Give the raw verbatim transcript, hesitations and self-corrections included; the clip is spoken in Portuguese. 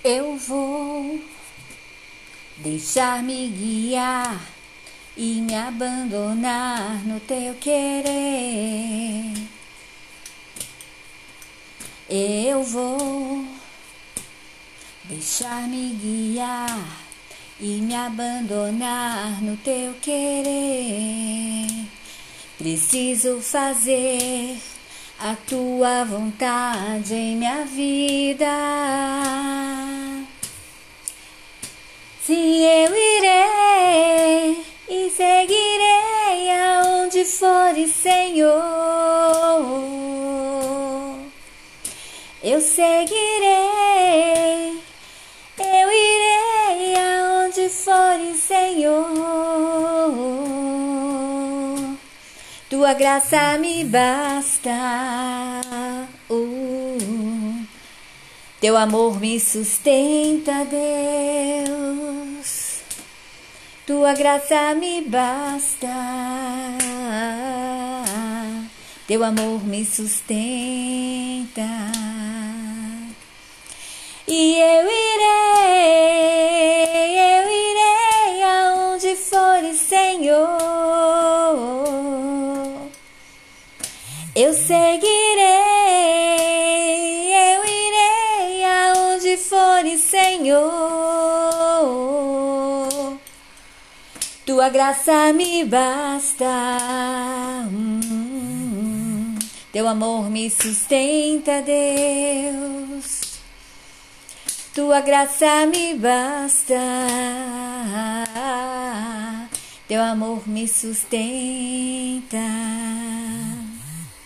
Eu vou deixar-me guiar e me abandonar no teu querer. Eu vou deixar-me guiar e me abandonar no teu querer. Preciso fazer a tua vontade em minha vida. Sim, eu irei e seguirei aonde fores, Senhor. Eu seguirei, eu irei aonde fores, Senhor. Tua graça me basta, uh, teu amor me sustenta, Deus. Tua graça me basta, teu amor me sustenta. E eu irei, eu irei aonde fores, Senhor. Eu seguirei, eu irei aonde fores, Senhor. Tua graça me basta, hum, teu amor me sustenta, Deus. Tua graça me basta, teu amor me sustenta.